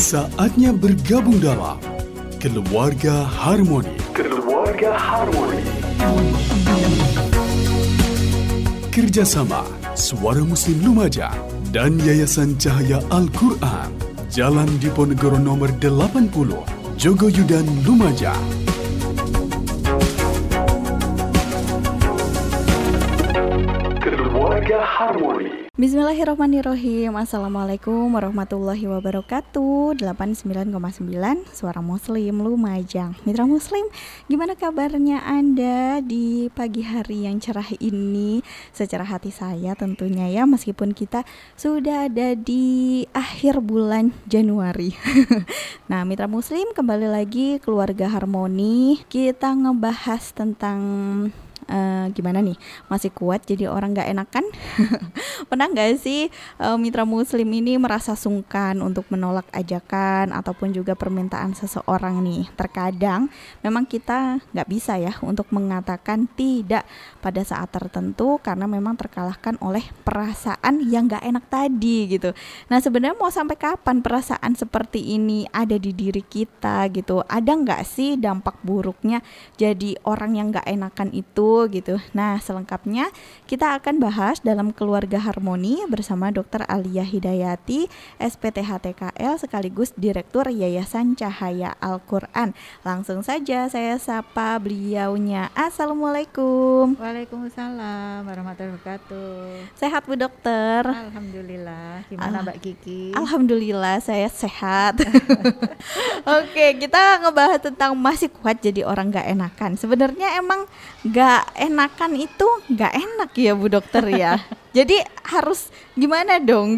Saatnya bergabung dalam Keluarga Harmoni. Keluarga Harmoni. Kerjasama Suara Muslim Lumajang dan Yayasan Cahaya Al-Quran. Jalan Diponegoro nomor 80, Jogoyudan, Lumajang. Keluarga Harmoni. Bismillahirrahmanirrahim. Assalamualaikum warahmatullahi wabarakatuh. 89,9 Suara Muslim Lumajang. Mitra Muslim, gimana kabarnya Anda di pagi hari yang cerah ini? Secara hati saya tentunya ya, meskipun kita sudah ada di akhir bulan Januari. Nah, Mitra Muslim, kembali lagi Keluarga Harmoni. Kita ngebahas tentang gimana nih, masih kuat jadi orang gak enakan? Pernah gak sih mitra muslim ini merasa sungkan untuk menolak ajakan ataupun juga permintaan seseorang nih? Terkadang memang kita gak bisa ya untuk mengatakan tidak pada saat tertentu karena memang terkalahkan oleh perasaan yang gak enak tadi gitu. Nah, sebenarnya mau sampai kapan perasaan seperti ini ada di diri kita gitu? Ada gak sih dampak buruknya jadi orang yang gak enakan itu gitu. Nah, selengkapnya kita akan bahas dalam Keluarga Harmoni bersama Dr. Alia Hidayati, SPTHTKL sekaligus Direktur Yayasan Cahaya Al-Quran. Langsung saja saya sapa beliaunya. Assalamualaikum. Waalaikumsalam warahmatullahi wabarakatuh. Sehat Bu Dokter? Alhamdulillah. Gimana Mbak Kiki? Alhamdulillah saya sehat. Oke, kita ngebahas tentang masih kuat jadi orang gak enakan. Sebenarnya emang gak enakan itu gak enak ya Bu Dokter ya. Jadi harus gimana dong?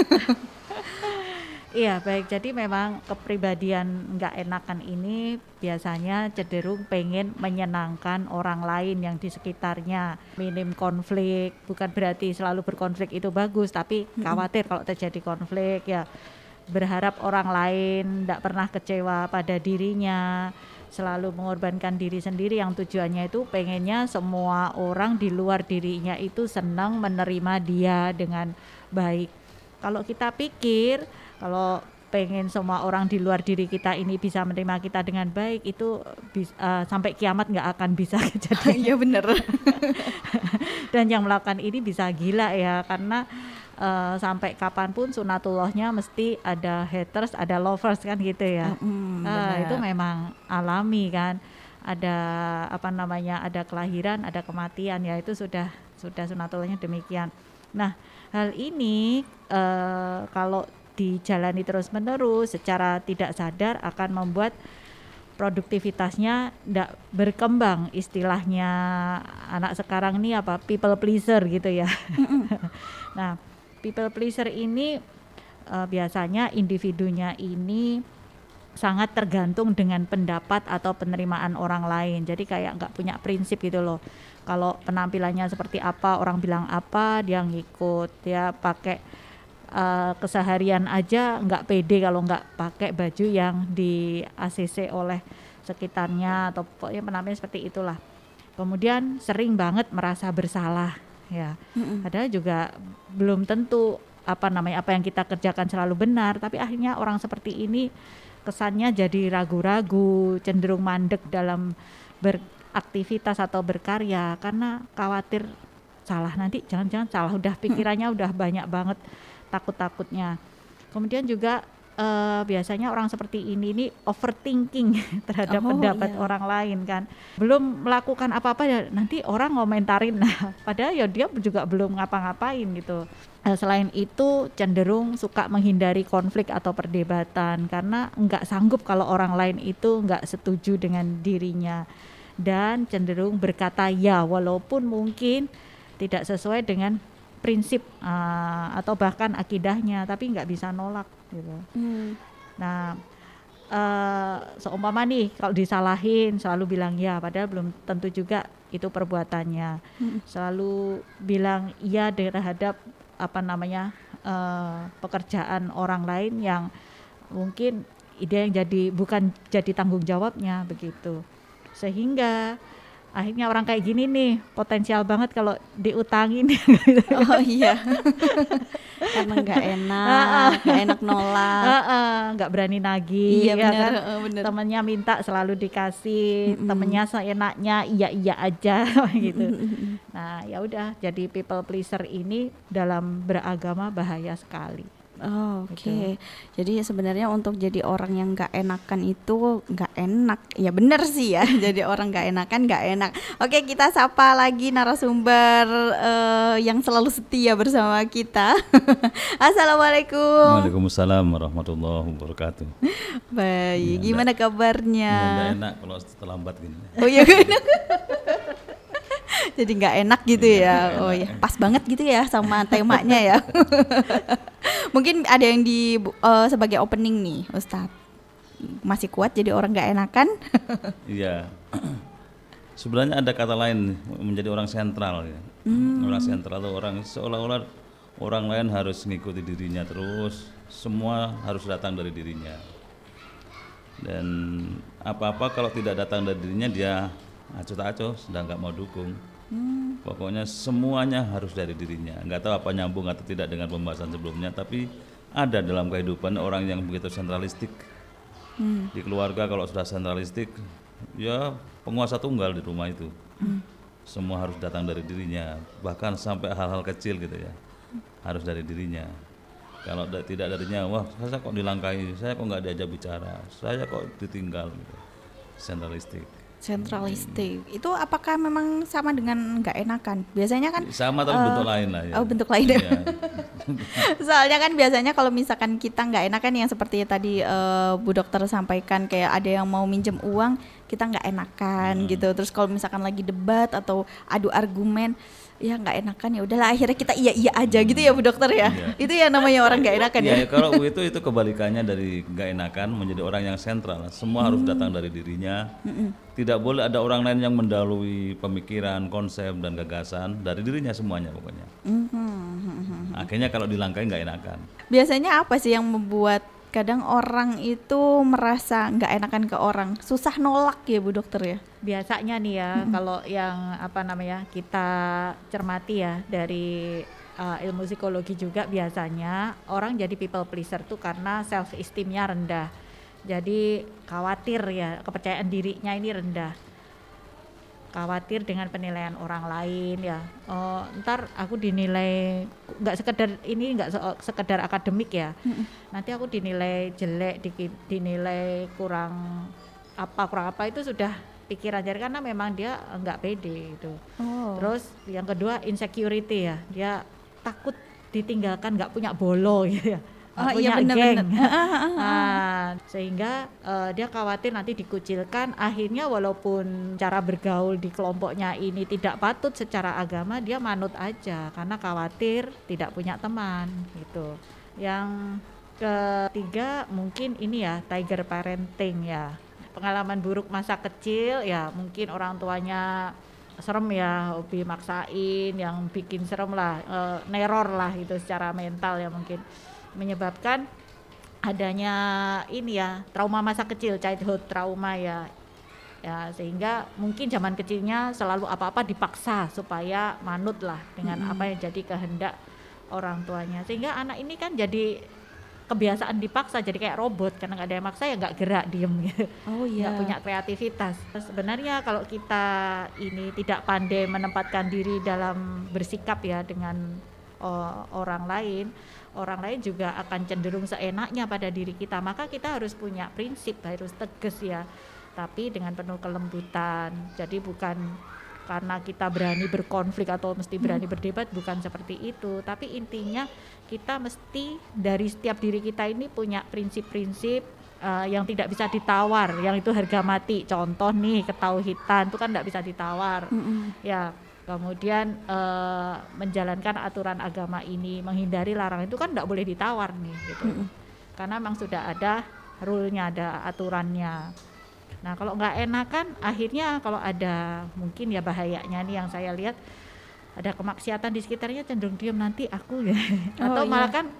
Iya baik, jadi memang kepribadian gak enakan ini biasanya cenderung pengen menyenangkan orang lain yang di sekitarnya. Minim konflik, bukan berarti selalu berkonflik itu bagus, tapi khawatir kalau terjadi konflik ya. Berharap orang lain gak pernah kecewa pada dirinya, selalu mengorbankan diri sendiri yang tujuannya itu pengennya semua orang di luar dirinya itu senang menerima dia dengan baik. Kalau kita pikir kalau pengen semua orang di luar diri kita ini bisa menerima kita dengan baik, itu sampai kiamat nggak akan bisa kejadian. Iya benar. Dan yang melakukan ini bisa gila ya, karena sampai kapanpun sunatullahnya mesti ada haters, ada lovers kan gitu ya. Itu memang alami kan. Ada ada kelahiran, ada kematian ya, itu sudah sunatullahnya demikian. Nah, hal ini kalau dijalani terus-menerus secara tidak sadar akan membuat produktivitasnya tidak berkembang. Istilahnya anak sekarang ini people pleaser gitu ya. Nah, people pleaser ini biasanya individunya ini sangat tergantung dengan pendapat atau penerimaan orang lain. Jadi kayak nggak punya prinsip gitu loh. Kalau penampilannya seperti apa, orang bilang apa, dia ngikut. Dia pakai keseharian aja nggak pede kalau nggak pakai baju yang di ACC oleh sekitarnya atau pokoknya penampilan seperti itulah. Kemudian sering banget merasa bersalah ya. Padahal juga belum tentu apa yang kita kerjakan selalu benar, tapi akhirnya orang seperti ini kesannya jadi ragu-ragu, cenderung mandek dalam beraktivitas atau berkarya karena khawatir salah, nanti jangan-jangan salah, udah pikirannya udah banyak banget takut-takutnya. Kemudian juga biasanya orang seperti ini overthinking terhadap pendapat orang lain kan. Belum melakukan apa-apa ya nanti orang ngomentarin. Nah, padahal ya dia juga belum ngapa-ngapain gitu. Selain itu cenderung suka menghindari konflik atau perdebatan karena enggak sanggup kalau orang lain itu enggak setuju dengan dirinya, dan cenderung berkata ya walaupun mungkin tidak sesuai dengan prinsip atau bahkan akidahnya, tapi nggak bisa nolak gitu. Nah, seumpama nih kalau disalahin selalu bilang ya, padahal belum tentu juga itu perbuatannya. Selalu bilang iya terhadap pekerjaan orang lain yang mungkin ide yang bukan jadi tanggung jawabnya begitu. Sehingga akhirnya orang kayak gini nih potensial banget kalau diutangin. Oh iya. Karena nggak enak nolak, nggak berani nagih, iya ya bener, kan? bener. Temennya minta selalu dikasih, temennya seenaknya iya aja gitu. Nah ya udah, jadi people pleaser ini dalam beragama bahaya sekali. Oh, oke. Gitu. Jadi sebenarnya untuk jadi orang yang nggak enakan itu nggak enak. Ya bener sih ya. Jadi orang nggak enakan nggak enak. Oke, kita sapa lagi narasumber yang selalu setia bersama kita. Assalamualaikum. Waalaikumsalam warahmatullahi wabarakatuh. Baik, Ya, gimana kabarnya? Nggak enak kalau terlambat gini. Oh iya. Jadi nggak enak gitu Iya, ya. nggak Oh enak. ya, pas banget gitu ya sama temanya ya. Mungkin ada yang sebagai opening nih, Ustadz. Masih kuat jadi orang nggak enakan? Iya. Sebenarnya ada kata lain, menjadi orang sentral ya. Orang sentral itu orang seolah-olah orang lain harus mengikuti dirinya terus, semua harus datang dari dirinya. Dan apa-apa kalau tidak datang dari dirinya dia acuh-acuh, sedang nggak mau dukung. Pokoknya semuanya harus dari dirinya. Nggak tahu apa nyambung atau tidak dengan pembahasan sebelumnya, tapi ada dalam kehidupan orang yang begitu sentralistik. Di keluarga kalau sudah sentralistik, ya penguasa tunggal di rumah itu. Semua harus datang dari dirinya, bahkan sampai hal-hal kecil gitu ya, harus dari dirinya. Kalau tidak darinya, wah saya kok dilangkahi, saya kok nggak diajak bicara, saya kok ditinggal gitu. Sentralistik. Itu apakah memang sama dengan nggak enakan? Biasanya kan Sama tapi bentuk lain lah ya. Oh, bentuk lain. Iya. Soalnya kan biasanya kalau misalkan kita nggak enakan yang seperti tadi Bu Dokter sampaikan, kayak ada yang mau minjem uang kita nggak enakan gitu. Terus kalau misalkan lagi debat atau adu argumen ya nggak enakan, ya udahlah akhirnya kita iya aja gitu ya Bu Dokter ya. Iya. Itu yang namanya orang nggak enakan ya. Ya, kalau itu kebalikannya dari nggak enakan menjadi orang yang sentral. Semua harus datang dari dirinya. Tidak boleh ada orang lain yang mendahului pemikiran, konsep dan gagasan, dari dirinya semuanya pokoknya. Akhirnya kalau dilangkahi nggak enakan. Biasanya apa sih yang membuat kadang orang itu merasa nggak enakan ke orang, susah nolak ya Bu Dokter ya? Biasanya nih ya, kalau yang kita cermati ya dari ilmu psikologi juga, biasanya orang jadi people pleaser tuh karena self esteemnya rendah. Jadi khawatir ya, kepercayaan dirinya ini rendah. Khawatir dengan penilaian orang lain ya. Ntar aku dinilai nggak sekedar akademik ya. Nanti aku dinilai jelek, dinilai kurang apa itu sudah pikiran, jadi karena memang dia nggak pede gitu. Terus yang kedua insecurity ya, dia takut ditinggalkan, nggak punya bolo gitu ya. Punya geng. Sehingga dia khawatir nanti dikucilkan. Akhirnya walaupun cara bergaul di kelompoknya ini tidak patut secara agama, dia manut aja karena khawatir tidak punya teman gitu. Yang ketiga mungkin ini ya, tiger parenting ya, pengalaman buruk masa kecil ya, mungkin orang tuanya serem ya, hobi maksain, yang bikin serem lah, neror lah gitu secara mental ya, mungkin menyebabkan adanya ini ya, trauma masa kecil, childhood trauma ya, sehingga mungkin zaman kecilnya selalu apa-apa dipaksa supaya manut lah dengan apa yang jadi kehendak orang tuanya, sehingga anak ini kan jadi kebiasaan dipaksa, jadi kayak robot, karena nggak ada yang maksa ya nggak gerak, diem gitu. Nggak punya kreativitas. Sebenarnya kalau kita ini tidak pandai menempatkan diri dalam bersikap ya dengan orang lain juga akan cenderung seenaknya pada diri kita. Maka kita harus punya prinsip, harus tegas ya, tapi dengan penuh kelembutan. Jadi bukan karena kita berani berkonflik atau mesti berani berdebat, bukan seperti itu. Tapi intinya kita mesti dari setiap diri kita ini punya prinsip-prinsip yang tidak bisa ditawar, yang itu harga mati. Contoh nih, ketauhidan itu kan tidak bisa ditawar. Ya. Kemudian menjalankan aturan agama ini, menghindari larangan itu kan tidak boleh ditawar nih gitu. Karena memang sudah ada rule-nya, ada aturannya. Nah kalau nggak enakan, akhirnya kalau ada mungkin ya bahayanya nih yang saya lihat, ada kemaksiatan di sekitarnya cenderung diam, nanti aku ya. Atau malah kan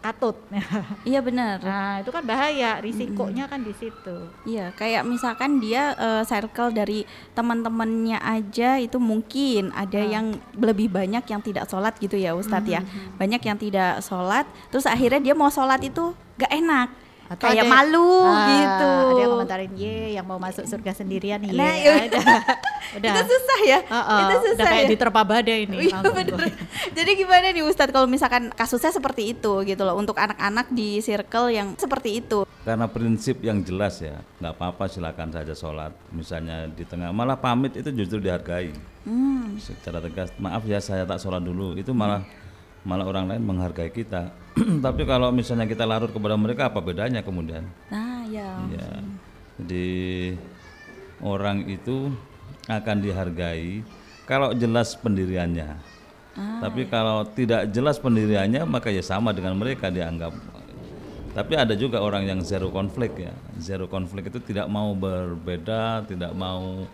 katut. Iya benar. Nah itu kan bahaya, risikonya kan di situ. Iya, kayak misalkan dia circle dari teman-temannya aja itu mungkin ada yang lebih banyak yang tidak sholat gitu ya Ustadz ya. Banyak yang tidak sholat, terus akhirnya dia mau sholat itu gak enak. Atau Kayak malu gitu. Ada yang komentarin yang mau masuk surga sendirian nih. Nah, udah. Itu susah ya. Itu susah udah kayak ya. diterpa badai ini. Iya bener. Jadi gimana nih Ustadz kalau misalkan kasusnya seperti itu gitu loh, untuk anak-anak di circle yang seperti itu? Karena prinsip yang jelas ya, nggak apa-apa silakan saja sholat. Misalnya di tengah, malah pamit itu justru dihargai. Secara tegas, maaf ya saya tak sholat dulu, itu malah orang lain menghargai kita. Tapi kalau misalnya kita larut kepada mereka, apa bedanya kemudian? Nah ya. Jadi orang itu akan dihargai kalau jelas pendiriannya. Tapi kalau tidak jelas pendiriannya, maka ya sama dengan mereka dianggap. Tapi ada juga orang yang zero konflik ya. Zero konflik itu tidak mau berbeda, tidak mau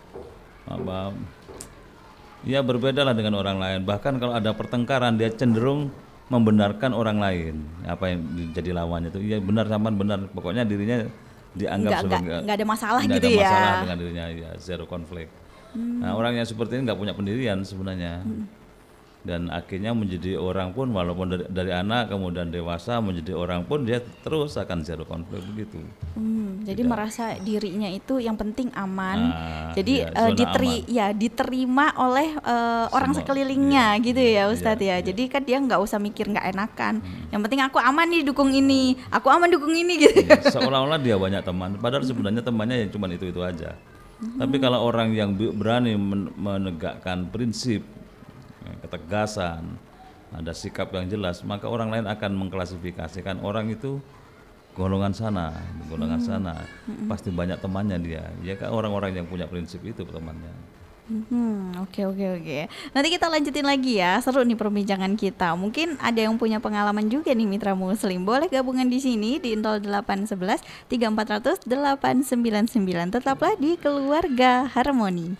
ya berbedalah dengan orang lain. Bahkan kalau ada pertengkaran, dia cenderung membenarkan orang lain. Apa yang jadi lawannya itu, ya benar sama benar. Pokoknya dirinya dianggap sebagai nggak ada masalah nggak gitu ada ya. masalah dengan dirinya, ya zero konflik. Nah orang yang seperti ini nggak punya pendirian sebenarnya. Dan akhirnya menjadi orang pun walaupun dari anak kemudian dewasa menjadi orang pun dia terus akan zero konflik begitu. Jadi merasa dirinya itu yang penting aman. Jadi Zona aman. diterima oleh orang sekelilingnya gitu ya Ustadz ya. Jadi kan dia nggak usah mikir nggak enakan. Yang penting aku aman nih dukung ini, aku aman dukung ini gitu. Seolah-olah dia banyak teman, padahal sebenarnya temannya yang cuma itu aja. Tapi kalau orang yang berani menegakkan prinsip, ketegasan, ada sikap yang jelas, maka orang lain akan mengklasifikasikan orang itu golongan sana, pasti banyak temannya dia. Ya kan orang-orang yang punya prinsip itu temannya. Oke. Nanti kita lanjutin lagi ya. Seru nih perbincangan kita. Mungkin ada yang punya pengalaman juga nih mitra muslim. Boleh gabungan di sini di 0811 3400 899. Tetaplah di Keluarga Harmoni.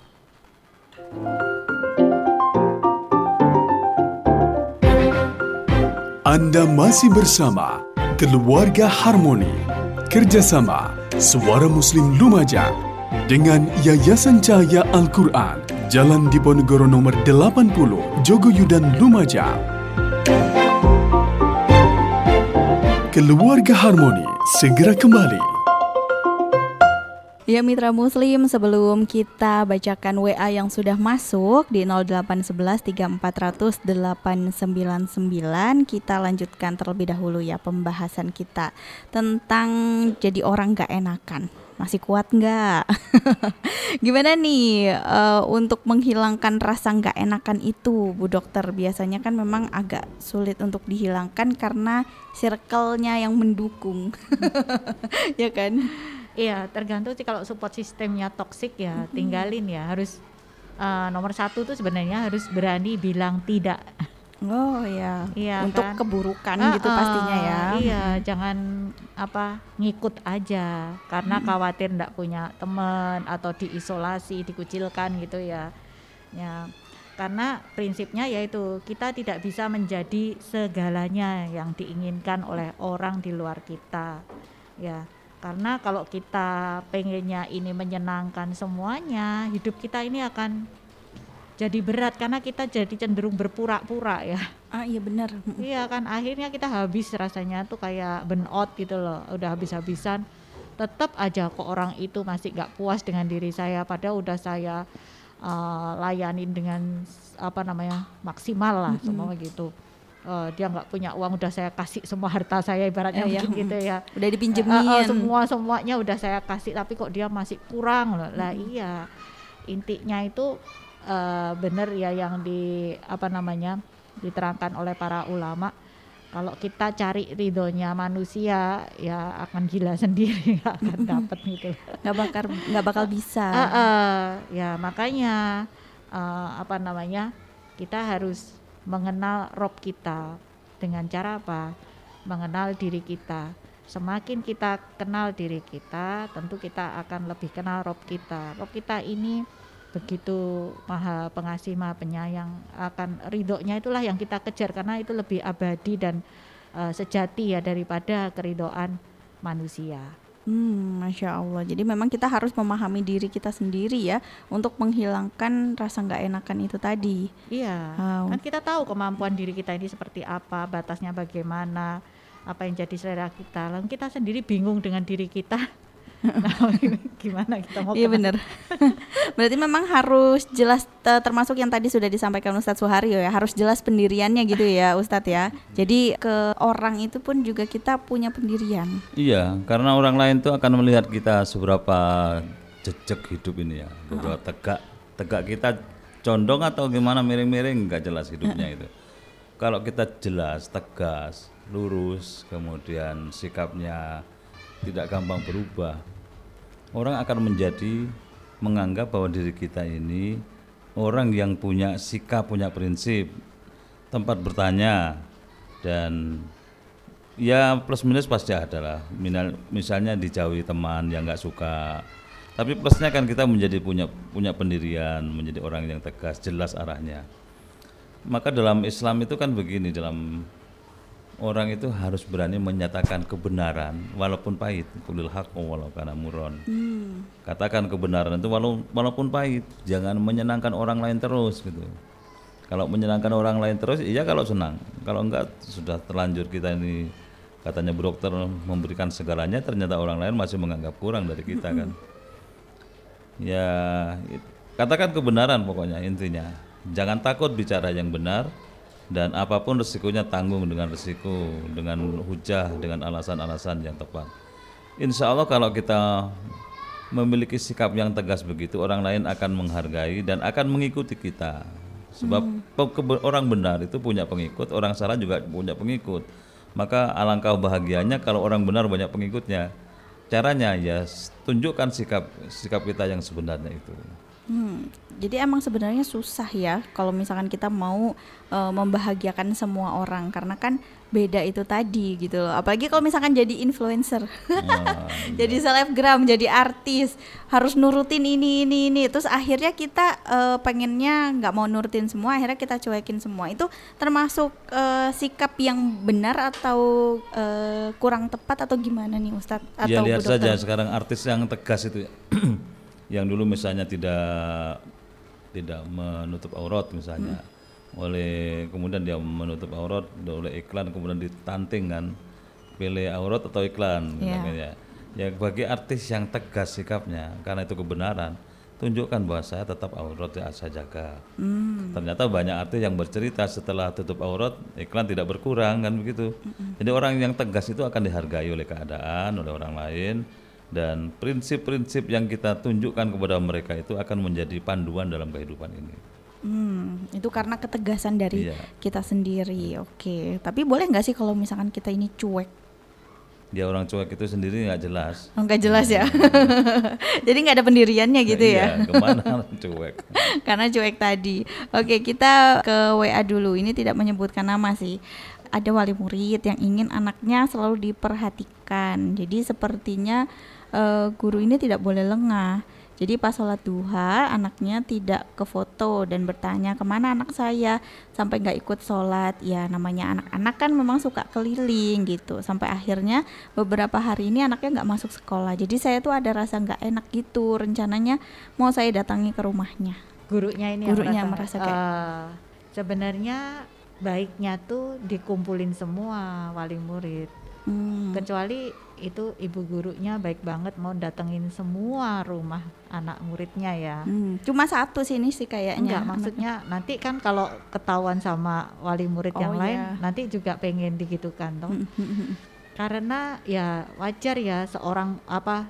Anda masih bersama Keluarga Harmoni, kerjasama Suara Muslim Lumajang dengan Yayasan Cahaya Al-Quran, Jalan Diponegoro nomor 80, Jogoyudan, Lumajang. Keluarga Harmoni segera kembali. Ya mitra muslim, sebelum kita bacakan WA yang sudah masuk di 0811 3400 899, kita lanjutkan terlebih dahulu ya pembahasan kita tentang jadi orang gak enakan. Masih kuat gak? Gimana nih untuk menghilangkan rasa gak enakan itu Bu Dokter? Biasanya kan memang agak sulit untuk dihilangkan karena circle-nya yang mendukung. Ya kan? Iya, tergantung sih kalau support sistemnya toksik ya tinggalin ya. Harus nomor satu tuh sebenarnya harus berani bilang tidak. Oh iya, untuk kan? Keburukan gitu pastinya ya. Iya, jangan ngikut aja karena khawatir ndak punya teman atau diisolasi, dikucilkan gitu ya. Ya, karena prinsipnya yaitu kita tidak bisa menjadi segalanya yang diinginkan oleh orang di luar kita. Ya. Karena kalau kita pengennya ini menyenangkan semuanya, hidup kita ini akan jadi berat karena kita jadi cenderung berpura-pura ya. Iya benar. Iya kan, akhirnya kita habis rasanya tuh kayak burnout gitu loh, udah habis-habisan. Tetap aja kok orang itu masih gak puas dengan diri saya, padahal udah saya layanin dengan maksimal lah semua gitu. Dia nggak punya uang, udah saya kasih semua harta saya ibaratnya gitu ya. Udah dipinjemin. Semuanya udah saya kasih, tapi kok dia masih kurang loh. Lah iya, intinya itu benar ya yang diterangkan oleh para ulama. Kalau kita cari ridhonya manusia ya akan gila sendiri, nggak akan dapat gitu. Nggak bakal bisa. Ya makanya kita harus mengenal Rob kita dengan cara apa? Mengenal diri kita. Semakin kita kenal diri kita, tentu kita akan lebih kenal Rob kita. Rob kita ini begitu maha pengasih, maha penyayang. Akan ridhonya itulah yang kita kejar karena itu lebih abadi dan sejati ya daripada keridhaan manusia. Masya Allah. Jadi memang kita harus memahami diri kita sendiri ya untuk menghilangkan rasa nggak enakan itu tadi. Iya. Kan kita tahu kemampuan diri kita ini seperti apa, batasnya bagaimana, apa yang jadi selera kita. Lalu kita sendiri bingung dengan diri kita. Nah, gimana kita mau? Iya benar. Berarti memang harus jelas, termasuk yang tadi sudah disampaikan Ustadz Suharyo ya, harus jelas pendiriannya gitu ya Ustadz ya. Jadi ke orang itu pun juga kita punya pendirian. Iya, karena orang lain tuh akan melihat kita seberapa jejak hidup ini ya, seberapa tegak kita condong atau gimana miring-miring, nggak jelas hidupnya itu. Kalau kita jelas, tegas, lurus, kemudian sikapnya tidak gampang berubah, orang akan menganggap bahwa diri kita ini orang yang punya sikap, punya prinsip, tempat bertanya, dan ya plus minus pasti ada lah. Misalnya dijauhi teman yang nggak suka, tapi plusnya kan kita menjadi punya pendirian, menjadi orang yang tegas, jelas arahnya. Maka dalam Islam itu kan begini, dalam orang itu harus berani menyatakan kebenaran walaupun pahit. Qulil haqq walau kana murran. Katakan kebenaran itu walaupun pahit. Jangan menyenangkan orang lain terus gitu. Kalau menyenangkan orang lain terus, iya kalau senang. Kalau enggak, sudah terlanjur kita ini katanya dokter memberikan segalanya, ternyata orang lain masih menganggap kurang dari kita kan. Ya, katakan kebenaran pokoknya intinya. Jangan takut bicara yang benar. Dan apapun resikonya tanggung dengan resiko, dengan hujah, dengan alasan-alasan yang tepat. Insya Allah kalau kita memiliki sikap yang tegas begitu, orang lain akan menghargai dan akan mengikuti kita. Sebab orang benar itu punya pengikut, orang salah juga punya pengikut. Maka alangkah bahagianya kalau orang benar banyak pengikutnya. Caranya ya tunjukkan sikap kita yang sebenarnya itu. Jadi emang sebenarnya susah ya kalau misalkan kita mau membahagiakan semua orang, karena kan beda itu tadi gitu loh. Apalagi kalau misalkan jadi influencer, jadi selebgram, jadi artis, harus nurutin ini. Terus akhirnya kita pengennya nggak mau nurutin semua, akhirnya kita cuekin semua. Itu termasuk sikap yang benar atau kurang tepat atau gimana nih Ustadz? Atau ya lihat dokter? saja sekarang artis yang tegas itu ya. Yang dulu misalnya tidak menutup aurat misalnya, kemudian dia menutup aurat oleh iklan, kemudian ditanting kan, pilih aurat atau iklan. Ya bagi artis yang tegas sikapnya karena itu kebenaran, tunjukkan bahwa saya tetap aurat ya saya jaga. Ternyata banyak artis yang bercerita setelah tutup aurat iklan tidak berkurang kan begitu. Jadi orang yang tegas itu akan dihargai oleh keadaan, oleh orang lain. Dan prinsip-prinsip yang kita tunjukkan kepada mereka itu akan menjadi panduan dalam kehidupan ini. Itu karena ketegasan dari kita sendiri. Oke. Tapi boleh nggak sih kalau misalkan kita ini cuek? Ya orang cuek itu sendiri nggak jelas. Nggak jelas ya. Jadi nggak ada pendiriannya gitu ya. Kemana cuek? Karena cuek tadi. Oke, kita ke WA dulu. Ini tidak menyebutkan nama sih. Ada wali murid yang ingin anaknya selalu diperhatikan. Jadi sepertinya guru ini tidak boleh lengah. Jadi pas sholat duha anaknya tidak ke foto dan bertanya kemana anak saya, sampai nggak ikut sholat. Ya namanya anak-anak kan memang suka keliling gitu. Sampai akhirnya beberapa hari ini anaknya nggak masuk sekolah. Jadi saya tuh ada rasa nggak enak gitu. Rencananya mau saya datangi ke rumahnya. Gurunya merasa kayak sebenarnya baiknya tuh dikumpulin semua wali murid. Kecuali itu ibu gurunya baik banget mau datengin semua rumah anak muridnya ya. Cuma satu sini sih kayaknya. Enggak, maksudnya nanti kan kalau ketahuan sama wali murid yang lain nanti juga pengen digitukan toh. Karena ya wajar ya seorang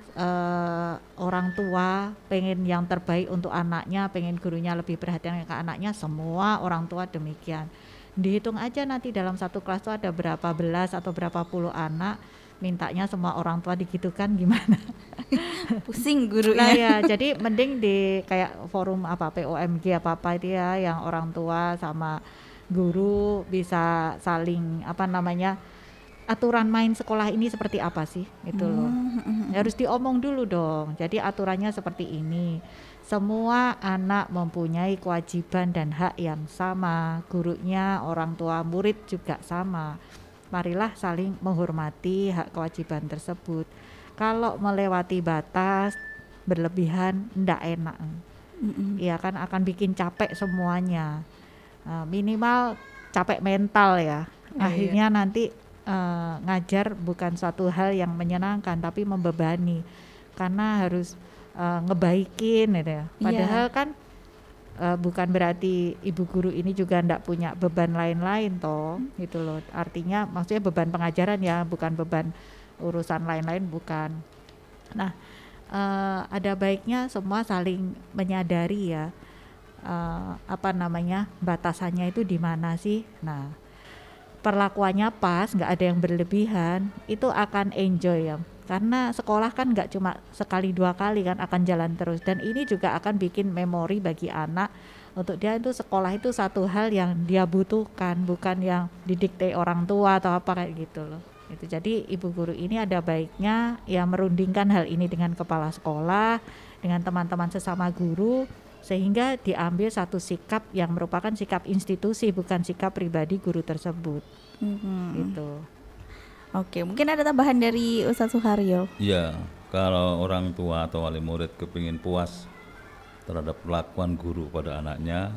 orang tua pengen yang terbaik untuk anaknya, pengen gurunya lebih perhatian ke anaknya, semua orang tua demikian. Dihitung aja nanti dalam satu kelas itu ada berapa belas atau berapa puluh anak, mintanya semua orang tua digitukan gimana? Pusing gurunya. Nah ya, jadi mending di kayak forum POMG apa itu ya, yang orang tua sama guru bisa saling aturan main sekolah ini seperti apa sih itu loh. Harus diomong dulu dong. Jadi aturannya seperti ini. Semua anak mempunyai kewajiban dan hak yang sama. Gurunya, orang tua, murid juga sama. marilah saling menghormati hak kewajiban tersebut. Kalau melewati batas berlebihan ndak enak. Ya kan akan bikin capek semuanya. Minimal capek mental ya. Akhirnya nanti ngajar bukan suatu hal yang menyenangkan tapi membebani. Karena harus ngebaikin gitu ya. Padahal kan bukan berarti ibu guru ini juga ndak punya beban lain-lain toh gitu loh. Artinya maksudnya beban pengajaran ya, bukan beban urusan lain-lain, bukan. Nah, ada baiknya semua saling menyadari ya batasannya itu di mana sih. Nah, perlakuannya pas, nggak ada yang berlebihan, itu akan enjoy ya. Karena sekolah kan nggak cuma sekali dua kali kan, akan jalan terus, dan ini juga akan bikin memori bagi anak. Untuk dia itu sekolah itu satu hal yang dia butuhkan, bukan yang didikte orang tua atau apa kayak gitu loh. Itu jadi ibu guru ini ada baiknya ya merundingkan hal ini dengan kepala sekolah, dengan teman-teman sesama guru, sehingga diambil satu sikap yang merupakan sikap institusi, bukan sikap pribadi guru tersebut. Gitu. Oke, mungkin ada tambahan dari Ustadz Suharyo. Ya, kalau orang tua atau wali murid kepingin puas terhadap perlakuan guru pada anaknya,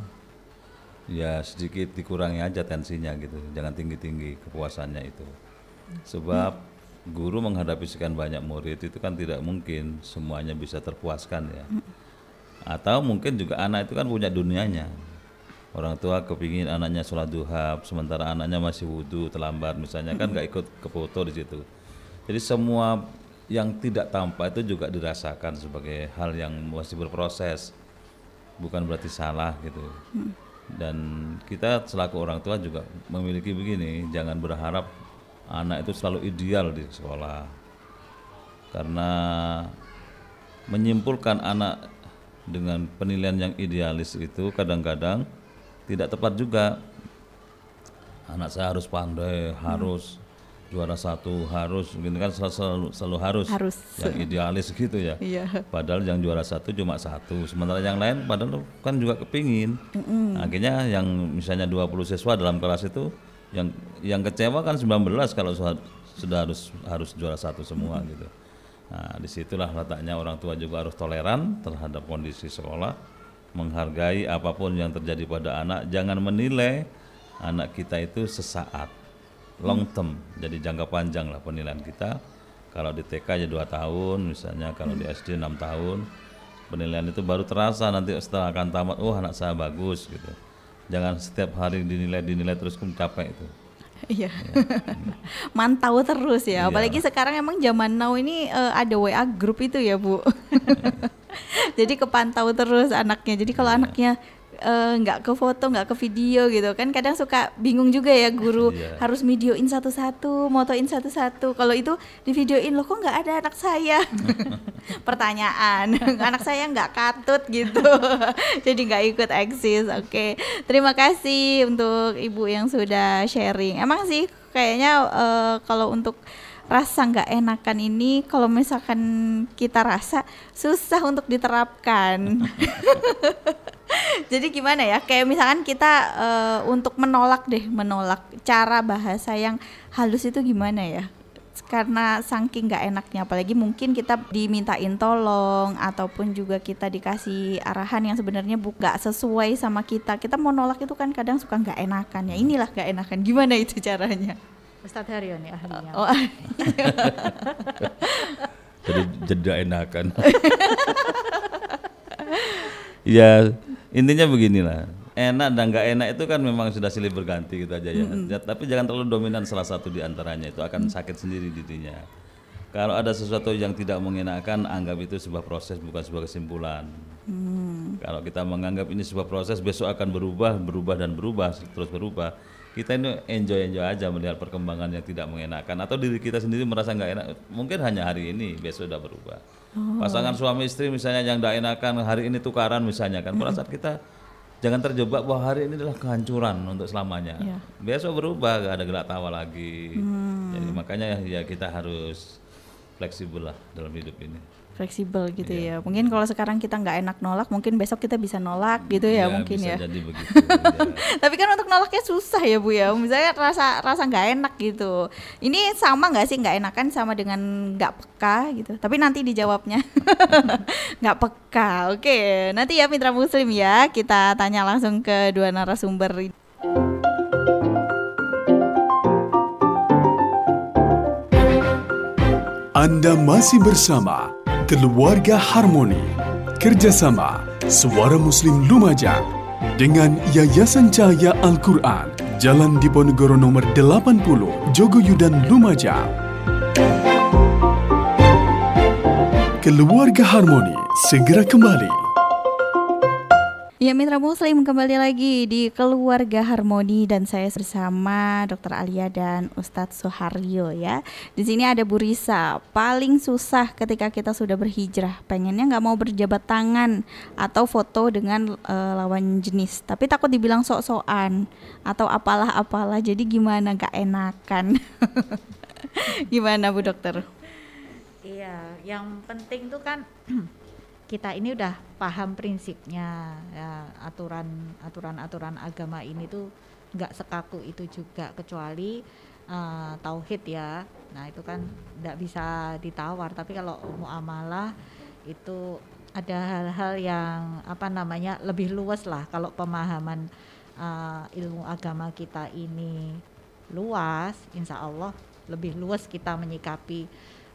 ya sedikit dikurangi aja tensinya gitu, jangan tinggi-tinggi kepuasannya itu. Sebab guru menghadapi sekian banyak murid itu kan tidak mungkin semuanya bisa terpuaskan ya. Atau mungkin juga anak itu kan punya dunianya. Orang tua kepingin anaknya sholat duha, sementara anaknya masih wudhu terlambat misalnya, kan nggak ikut kefoto di situ. Jadi semua yang tidak tampak itu juga dirasakan sebagai hal yang masih berproses, bukan berarti salah gitu. Dan kita selaku orang tua juga memiliki begini, jangan berharap anak itu selalu ideal di sekolah, karena menyimpulkan anak dengan penilaian yang idealis itu kadang-kadang tidak tepat juga. Anak saya harus pandai, harus juara satu, harus gini kan, selalu harus yang idealis gitu ya. Padahal yang juara satu cuma satu, sementara yang lain padahal kan juga kepingin. Akhirnya yang misalnya 20 siswa dalam kelas itu yang kecewa kan 19 kalau sudah harus juara satu semua gitu. Nah, disitulah letaknya orang tua juga harus toleran terhadap kondisi sekolah, menghargai apapun yang terjadi pada anak, jangan menilai anak kita itu sesaat, long term, jadi jangka panjang lah penilaian kita. Kalau di TK ya 2 tahun misalnya, kalau di SD 6 tahun, penilaian itu baru terasa nanti setelah akan tamat, oh anak saya bagus gitu. Jangan setiap hari dinilai terus, capek itu. Iya. Mantau terus ya. Apalagi sekarang emang zaman now ini ada WA grup itu ya, Bu. Jadi kepantau terus anaknya. Jadi kalau anaknya nggak ke foto, nggak ke video gitu kan, kadang suka bingung juga ya guru, harus videoin satu-satu, motoin satu-satu. Kalau itu di videoin, loh kok nggak ada anak saya? Pertanyaan, anak saya nggak katut gitu. Jadi nggak ikut eksis. Oke, terima kasih untuk ibu yang sudah sharing. Emang sih kayaknya kalau untuk rasa nggak enakan ini, kalau misalkan kita rasa susah untuk diterapkan. Jadi gimana ya, kayak misalkan kita untuk menolak cara bahasa yang halus itu gimana ya, karena saking nggak enaknya, apalagi mungkin kita dimintain tolong ataupun juga kita dikasih arahan yang sebenarnya nggak sesuai sama kita mau nolak itu kan kadang suka nggak enakan ya. Inilah nggak enakan, gimana itu caranya? Ustadz Haryo nih ahlinya. Jadi jeda enakan. Ya intinya beginilah, enak dan nggak enak itu kan memang sudah silih berganti gitu aja ya. Tapi jangan terlalu dominan salah satu di antaranya, itu akan sakit sendiri dirinya. Kalau ada sesuatu yang tidak mengenakan, anggap itu sebuah proses, bukan sebuah kesimpulan. Kalau kita menganggap ini sebuah proses, besok akan berubah dan terus berubah. Kita ini enjoy aja melihat perkembangan yang tidak mengenakan, atau diri kita sendiri merasa nggak enak, mungkin hanya hari ini, besok udah berubah. Pasangan suami istri misalnya yang tidak enakan, hari ini tukaran misalnya kan, pada saat kita jangan terjebak bahwa hari ini adalah kehancuran untuk selamanya. Besok berubah, gak ada gelak tawa lagi. Jadi makanya ya kita harus fleksibel lah dalam hidup ini. fleksibel gitu ya. Mungkin kalau sekarang kita nggak enak nolak, mungkin besok kita bisa nolak gitu ya, mungkin bisa ya. jadi begitu. Tapi kan untuk nolaknya susah ya Bu ya. Misalnya rasa nggak enak gitu. Ini sama nggak sih nggak enakan sama dengan nggak peka gitu? Tapi nanti dijawabnya nggak peka. Oke, nanti ya Mitra Muslim ya, kita tanya langsung ke dua narasumber. Anda masih bersama Keluarga Harmoni, kerjasama Suara Muslim Lumajang dengan Yayasan Cahaya Al-Quran, Jalan Diponegoro nomor 80, Jogoyudan, Lumajang. Keluarga Harmoni segera kembali. Ya Mitra Muslim, kembali lagi di Keluarga Harmoni dan saya bersama Dr. Alia dan Ustadz Suharyo ya. Di sini ada Bu Risa. Paling susah ketika kita sudah berhijrah, pengennya nggak mau berjabat tangan atau foto dengan lawan jenis, tapi takut dibilang sok-sokan atau apalah-apalah. Jadi gimana, nggak enakan? Gimana Bu Dokter? Iya, yang penting tuh kan kita ini udah paham prinsipnya ya, aturan agama ini tuh nggak sekaku itu juga, kecuali tauhid ya. Nah itu kan nggak bisa ditawar. Tapi kalau muamalah itu ada hal-hal yang lebih luas lah. Kalau pemahaman ilmu agama kita ini luas, insya Allah lebih luas kita menyikapi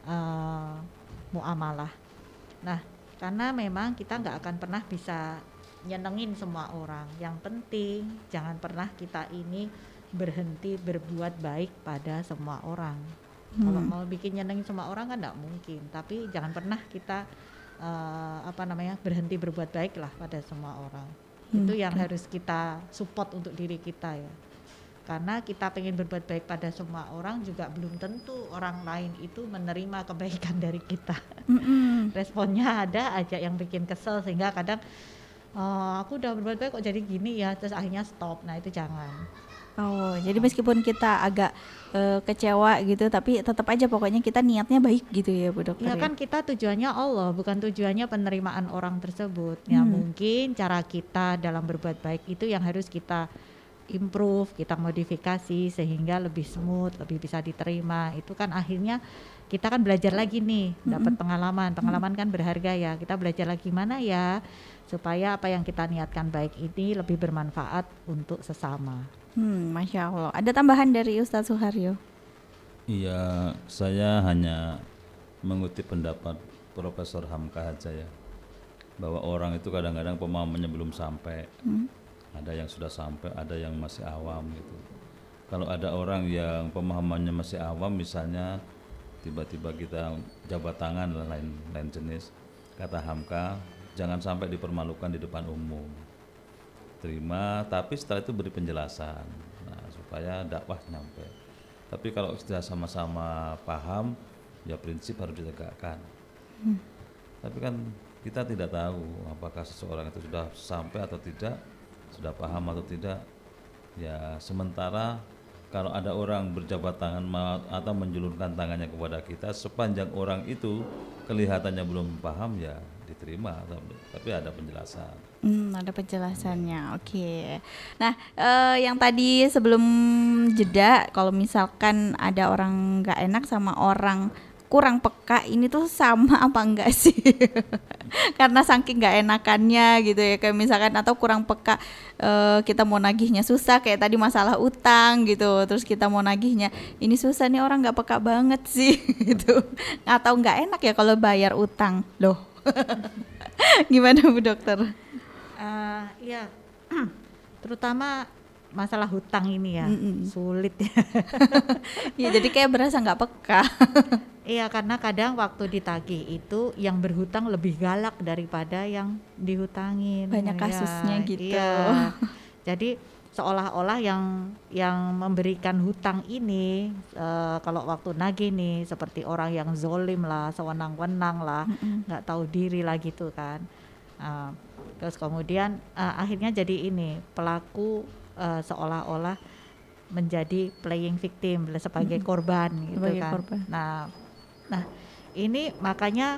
muamalah. Nah, karena memang kita nggak akan pernah bisa nyenengin semua orang. Yang penting jangan pernah kita ini berhenti berbuat baik pada semua orang. Kalau mau bikin nyenengin semua orang kan nggak mungkin. Tapi jangan pernah kita berhenti berbuat baik lah pada semua orang. Itu yang harus kita support untuk diri kita ya. Karena kita pengen berbuat baik pada semua orang, juga belum tentu orang lain itu menerima kebaikan dari kita. Responnya ada aja yang bikin kesel, sehingga kadang aku udah berbuat baik kok jadi gini ya, terus akhirnya stop. Nah itu jangan. Oh, jadi meskipun kita agak kecewa gitu, tapi tetap aja pokoknya kita niatnya baik gitu ya Bu Dokter. Ya kan kita tujuannya Allah, bukan tujuannya penerimaan orang tersebut. Ya mungkin cara kita dalam berbuat baik itu yang harus kita improve, kita modifikasi sehingga lebih smooth, lebih bisa diterima. Itu kan akhirnya kita kan belajar lagi nih, dapat pengalaman kan berharga ya. Kita belajar lagi mana ya supaya apa yang kita niatkan baik ini lebih bermanfaat untuk sesama. Masya Allah. Ada tambahan dari Ustadz Suharyo? Iya, saya hanya mengutip pendapat Profesor Hamka aja ya, bahwa orang itu kadang-kadang pemahamannya belum sampai. Ada yang sudah sampai, ada yang masih awam gitu. Kalau ada orang yang pemahamannya masih awam, misalnya tiba-tiba kita jabat tangan lain jenis, kata Hamka, jangan sampai dipermalukan di depan umum. Terima, tapi setelah itu beri penjelasan, supaya dakwah nyampe. Tapi kalau sudah sama-sama paham, ya prinsip harus ditegakkan. Tapi kan kita tidak tahu apakah seseorang itu sudah sampai atau tidak, sudah paham atau tidak. Ya sementara kalau ada orang berjabat tangan atau menjulurkan tangannya kepada kita, sepanjang orang itu kelihatannya belum paham, ya diterima, tapi ada penjelasan. Ada penjelasannya, oke. Nah, yang tadi sebelum jeda, kalau misalkan ada orang nggak enak sama orang kurang peka, ini tuh sama apa enggak sih? Karena saking nggak enakannya gitu ya, kayak misalkan atau kurang peka, kita mau nagihnya susah, kayak tadi masalah utang gitu, terus kita mau nagihnya ini susah nih, orang nggak peka banget sih gitu, atau nggak enak ya kalau bayar utang loh. Gimana Bu Dokter? Iya, terutama masalah hutang ini ya, sulit ya. Ya jadi kayak berasa nggak peka. Iya, karena kadang waktu ditagih itu yang berhutang lebih galak daripada yang dihutangin. Banyak kasusnya ya, gitu. Iya. Jadi seolah-olah yang memberikan hutang ini kalau waktu nagih nih seperti orang yang zolim lah, sewenang-wenang lah, nggak tahu diri lah gitu kan. Terus kemudian akhirnya jadi ini pelaku seolah-olah menjadi playing victim sebagai korban gitu kan. Korban. Nah ini makanya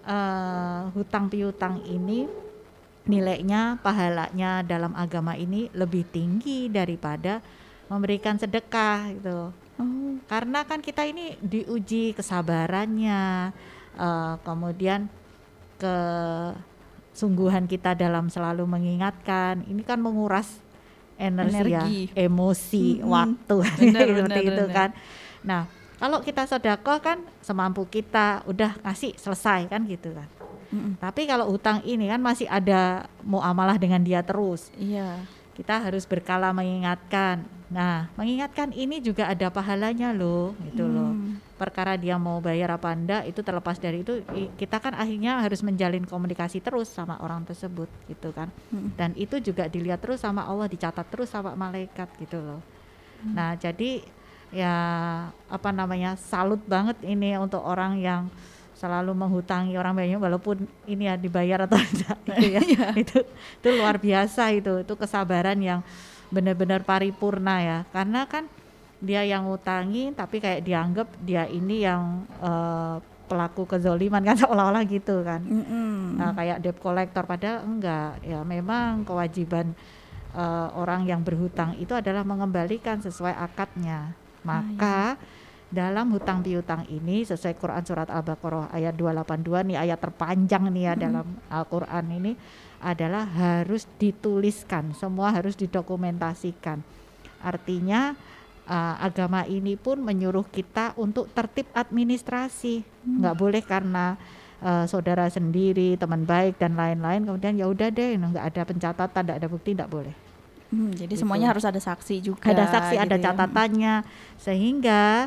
hutang piutang ini nilainya, pahalanya dalam agama ini lebih tinggi daripada memberikan sedekah gitu. Karena kan kita ini diuji kesabarannya, kemudian kesungguhan kita dalam selalu mengingatkan. Ini kan menguras energi. Ya, emosi, waktu, seperti itu kan. Nah, kalau kita sedekah kan semampu kita, udah ngasih selesai kan gitu kan. Tapi kalau hutang ini kan masih ada muamalah dengan dia terus. Iya. Kita harus berkala mengingatkan. Nah, mengingatkan ini juga ada pahalanya loh, gitu loh. Perkara dia mau bayar apa enggak itu terlepas dari itu, kita kan akhirnya harus menjalin komunikasi terus sama orang tersebut, gitu kan. Dan itu juga dilihat terus sama Allah, dicatat terus sama malaikat, gitu loh. Nah, jadi ya apa namanya, salut banget ini untuk orang yang selalu menghutangi orang banyak walaupun ini ya dibayar atau enggak gitu ya. itu luar biasa, itu kesabaran yang benar-benar paripurna ya, karena kan dia yang ngutangi tapi kayak dianggap dia ini yang pelaku kezoliman kan, seolah-olah gitu kan. Nah, kayak debt collector, padahal enggak ya, memang kewajiban orang yang berhutang itu adalah mengembalikan sesuai akadnya. Maka dalam hutang piutang ini sesuai Quran surat Al-Baqarah ayat 282 nih, ayat terpanjang nih ya dalam Al-Quran ini, adalah harus dituliskan, semua harus didokumentasikan. Artinya agama ini pun menyuruh kita untuk tertib administrasi. Nggak boleh karena saudara sendiri, teman baik dan lain-lain kemudian ya udah deh, nggak ada pencatatan, nggak ada bukti, nggak boleh. Jadi semuanya harus ada saksi juga. Ada saksi, gitu ada catatannya, sehingga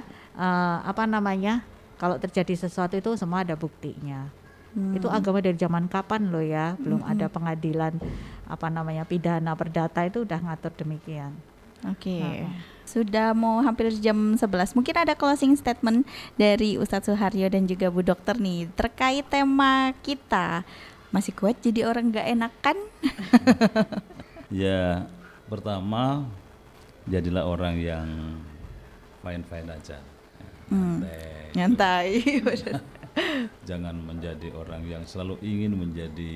kalau terjadi sesuatu itu semua ada buktinya. Itu agama dari zaman kapan loh ya, belum ada pengadilan pidana perdata itu udah ngatur demikian. Oke. Sudah mau hampir jam 11. Mungkin ada closing statement dari Ustadz Suharyo dan juga Bu Dokter nih terkait tema kita, masih kuat jadi orang gak enakan? Ya, pertama jadilah orang yang fine-fine aja. Nyantai. Jangan menjadi orang yang selalu ingin menjadi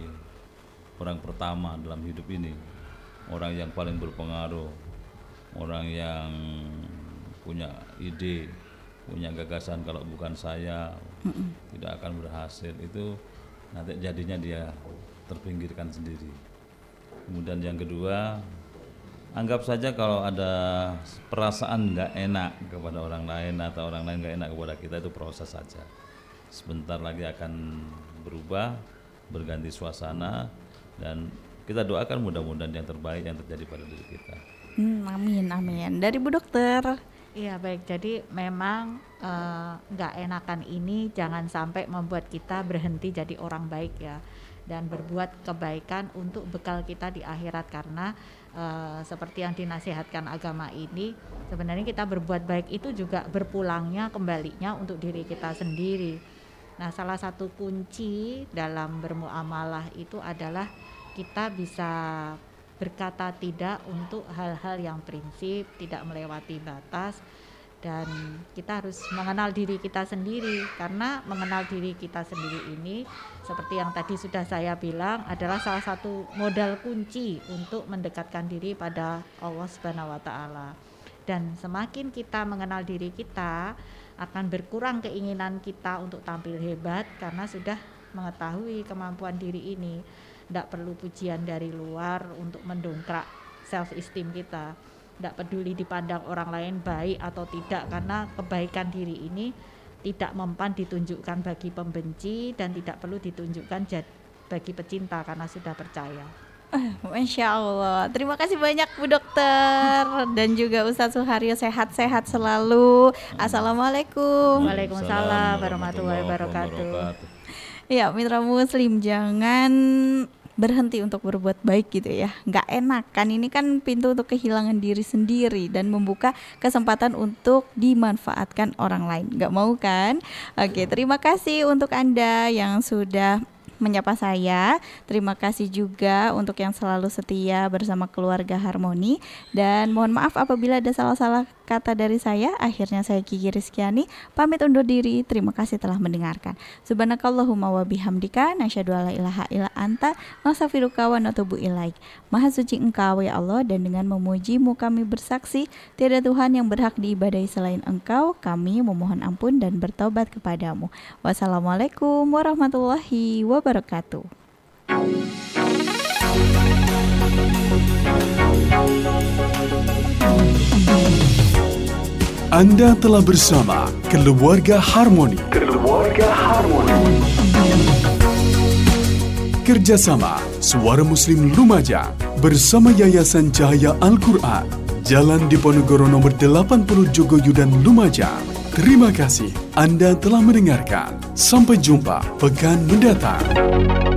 orang pertama dalam hidup ini, orang yang paling berpengaruh, orang yang punya ide, punya gagasan. Kalau bukan saya tidak akan berhasil. Itu nanti jadinya dia terpinggirkan sendiri. Kemudian yang kedua, anggap saja kalau ada perasaan nggak enak kepada orang lain atau orang lain nggak enak kepada kita, itu proses saja. Sebentar lagi akan berubah, berganti suasana, dan kita doakan mudah-mudahan yang terbaik yang terjadi pada diri kita. Amin, amin. Dari Bu Dokter. Iya baik, jadi memang nggak enakan ini jangan sampai membuat kita berhenti jadi orang baik ya, dan berbuat kebaikan untuk bekal kita di akhirat. Karena seperti yang dinasihatkan agama ini, sebenarnya kita berbuat baik itu juga berpulangnya, kembalinya untuk diri kita sendiri. Nah, salah satu kunci dalam bermuamalah itu adalah kita bisa berkata tidak untuk hal-hal yang prinsip, tidak melewati batas, dan kita harus mengenal diri kita sendiri. Karena mengenal diri kita sendiri ini, seperti yang tadi sudah saya bilang, adalah salah satu modal kunci untuk mendekatkan diri pada Allah Subhanahu wa Ta'ala. Dan semakin kita mengenal diri kita, akan berkurang keinginan kita untuk tampil hebat, karena sudah mengetahui kemampuan diri ini. Tidak perlu pujian dari luar untuk mendongkrak self esteem kita. Tidak peduli dipandang orang lain baik atau tidak, karena kebaikan diri ini tidak mempan ditunjukkan bagi pembenci dan tidak perlu ditunjukkan bagi pecinta, karena sudah percaya. Masya Allah. Terima kasih banyak Bu Dokter dan juga Ustadz Suharyo, sehat-sehat selalu. Assalamualaikum. Waalaikumsalam warahmatullahi wabarakatuh. Ya, mitra muslim, jangan berhenti untuk berbuat baik gitu ya. Nggak enakan, ini kan pintu untuk kehilangan diri sendiri dan membuka kesempatan untuk dimanfaatkan orang lain. Nggak mau kan? Oke, terima kasih untuk Anda yang sudah menyapa saya. Terima kasih juga untuk yang selalu setia bersama keluarga Harmoni, dan mohon maaf apabila ada salah-salah kata dari saya. Akhirnya saya Kiki Rizkyani pamit undur diri. Terima kasih telah mendengarkan. Subhanakallahumma wa bihamdika nasyhadu alla ilaha illa anta nastaghfiruka wa natubu ilaik. Maha suci Engkau ya Allah, dan dengan memuji-Mu kami bersaksi tiada Tuhan yang berhak diibadahi selain Engkau. Kami memohon ampun dan bertobat kepadamu. Wassalamualaikum warahmatullahi wabarakatuh. Anda telah bersama Keluarga Harmoni. Kerjasama Suara Muslim Lumajang bersama Yayasan Cahaya Al-Quran, Jalan Diponegoro nomor 80 Jogoyudan Lumajang. Terima kasih Anda telah mendengarkan. Sampai jumpa pekan mendatang.